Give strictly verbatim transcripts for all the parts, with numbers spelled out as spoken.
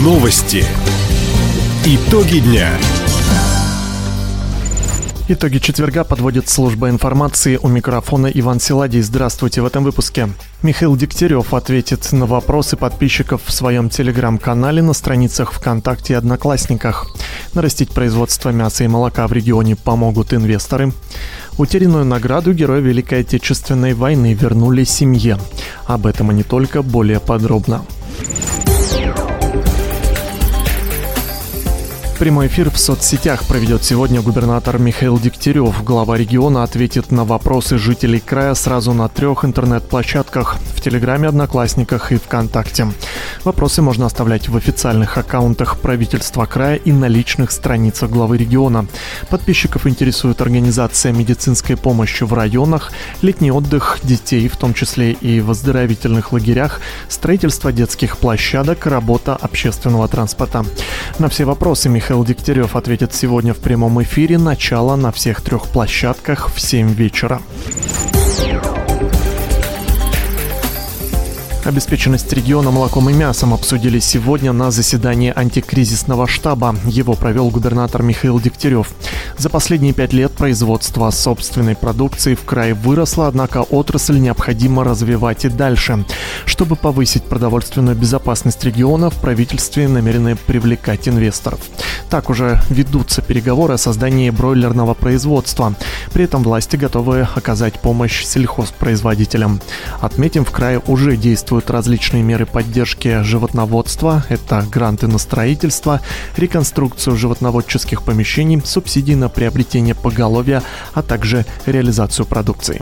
Новости. Итоги дня. Итоги четверга подводит служба информации. У микрофона Иван Силадий. Здравствуйте в этом выпуске. Михаил Дегтярев ответит на вопросы подписчиков в своем телеграм-канале, на страницах ВКонтакте и Одноклассниках. Нарастить производство мяса и молока в регионе помогут инвесторы. Утерянную награду Героя Великой Отечественной войны вернули семье. Об этом и не только, более подробно. Прямой эфир в соцсетях проведет сегодня губернатор Михаил Дегтярев. Глава региона ответит на вопросы жителей края сразу на трех интернет-площадках – в Телеграме, Одноклассниках и ВКонтакте. Вопросы можно оставлять в официальных аккаунтах правительства края и на личных страницах главы региона. Подписчиков интересует организация медицинской помощи в районах, летний отдых детей, в том числе и в оздоровительных лагерях, строительство детских площадок, работа общественного транспорта. На все вопросы Михаил Дегтярев ответит сегодня в прямом эфире. Начало на всех трех площадках в семь вечера. Обеспеченность региона молоком и мясом обсудили сегодня на заседании антикризисного штаба. Его провел губернатор Михаил Дегтярев. За последние пять лет производство собственной продукции в крае выросло, однако отрасль необходимо развивать и дальше. Чтобы повысить продовольственную безопасность региона, в правительстве намерены привлекать инвесторов. Так уже ведутся переговоры о создании бройлерного производства. При этом власти готовы оказать помощь сельхозпроизводителям. Отметим, в крае уже действуют различные меры поддержки животноводства. Это гранты на строительство, реконструкцию животноводческих помещений, субсидии на приобретение поголовья, а также реализацию продукции.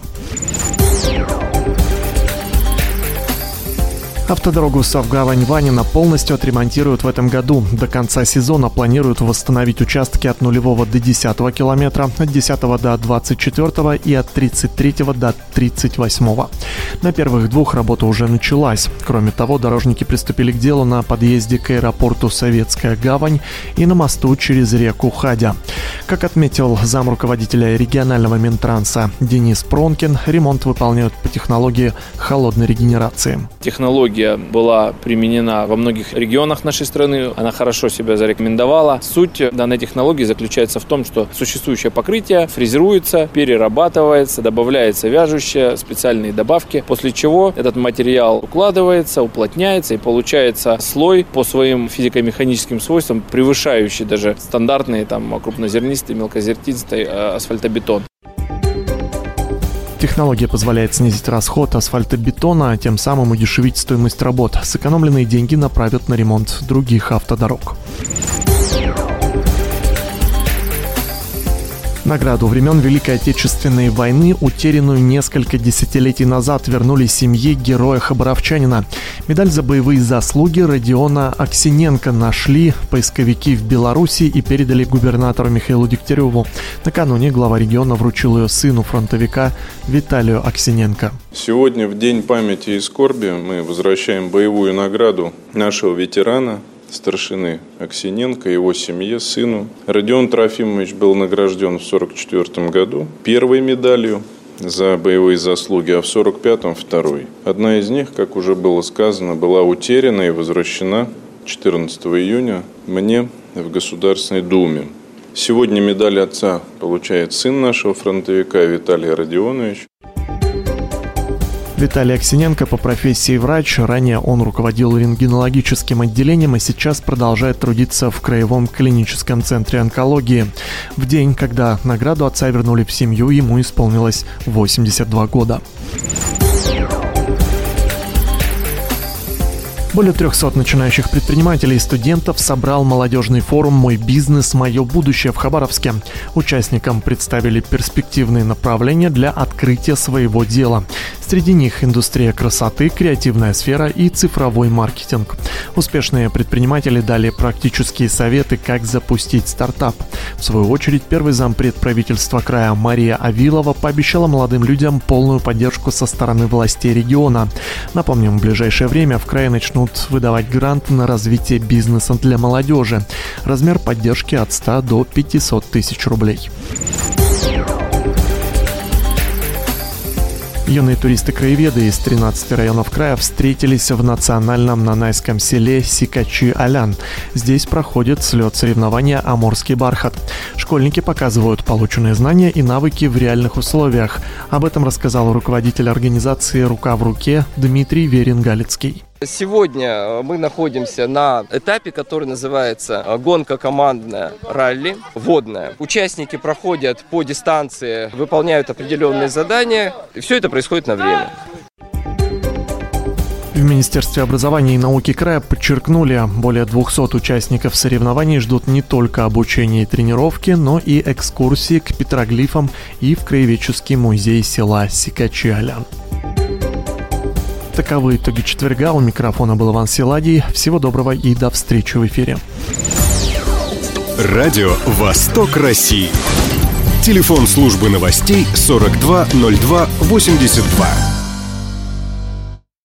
Автодорогу Савгавань-Ванина полностью отремонтируют в этом году. До конца сезона планируют восстановить участки от нулевого до десятого километра, от десятого до двадцать четвёртого и от тридцать третьего до тридцать восьмого. На первых двух работа уже началась. Кроме того, дорожники приступили к делу на подъезде к аэропорту Советская Гавань и на мосту через реку Хадя. Как отметил замруководителя регионального Минтранса Денис Пронкин, ремонт выполняют по технологии холодной регенерации. Технология была применена во многих регионах нашей страны, она хорошо себя зарекомендовала. Суть данной технологии заключается в том, что существующее покрытие фрезеруется, перерабатывается, добавляется вяжущее, специальные добавки, после чего этот материал укладывается, уплотняется и получается слой по своим физико-механическим свойствам, превышающий даже стандартный там, крупнозернистый, мелкозернистый асфальтобетон. Технология позволяет снизить расход асфальтобетона, а тем самым удешевить стоимость работ. Сэкономленные деньги направят на ремонт других автодорог. Награду времен Великой Отечественной войны, утерянную несколько десятилетий назад, вернули семье героя-хабаровчанина. Медаль за боевые заслуги Родиона Аксененко нашли поисковики в Беларуси и передали губернатору Михаилу Дегтяреву. Накануне глава региона вручил ее сыну фронтовика Виталию Аксененко. Сегодня, в День памяти и скорби, мы возвращаем боевую награду нашего ветерана, старшины Аксененко, его семье, сыну. Родион Трофимович был награжден в сорок четвёртом году первой медалью за боевые заслуги, а в сорок пятом второй. Одна из них, как уже было сказано, была утеряна и возвращена четырнадцатого июня мне в Государственной Думе. Сегодня медаль отца получает сын нашего фронтовика Виталий Родионович. Виталий Аксененко по профессии врач. Ранее он руководил рентгенологическим отделением и сейчас продолжает трудиться в Краевом клиническом центре онкологии. В день, когда награду отца вернули в семью, ему исполнилось восемьдесят два года. Более трехсот начинающих предпринимателей и студентов собрал молодежный форум «Мой бизнес. Мое будущее» в Хабаровске. Участникам представили перспективные направления для открытия своего дела. Среди них индустрия красоты, креативная сфера и цифровой маркетинг. Успешные предприниматели дали практические советы, как запустить стартап. В свою очередь, первый зампред правительства края Мария Авилова пообещала молодым людям полную поддержку со стороны властей региона. Напомним, в ближайшее время в крае начнут выдавать гранты на развитие бизнеса для молодежи. Размер поддержки от ста до пятисот тысяч рублей. Юные туристы-краеведы из тринадцати районов края встретились в национальном нанайском селе Сикачи-Алян. Здесь проходит слет соревнования «Амурский бархат». Школьники показывают полученные знания и навыки в реальных условиях. Об этом рассказал руководитель организации «Рука в руке» Дмитрий Верин-Галицкий. Сегодня мы находимся на этапе, который называется гонка командная ралли водная. Участники проходят по дистанции, выполняют определенные задания, и все это происходит на время. В Министерстве образования и науки края подчеркнули, более двухсот участников соревнований ждут не только обучение и тренировки, но и экскурсии к петроглифам и в краеведческий музей села Сикачи-Алян. Таковы итоги четверга. У микрофона был Иван Силадий. Всего доброго и до встречи в эфире. Радио «Восток России». Телефон службы новостей сорок два ноль два восемьдесят два.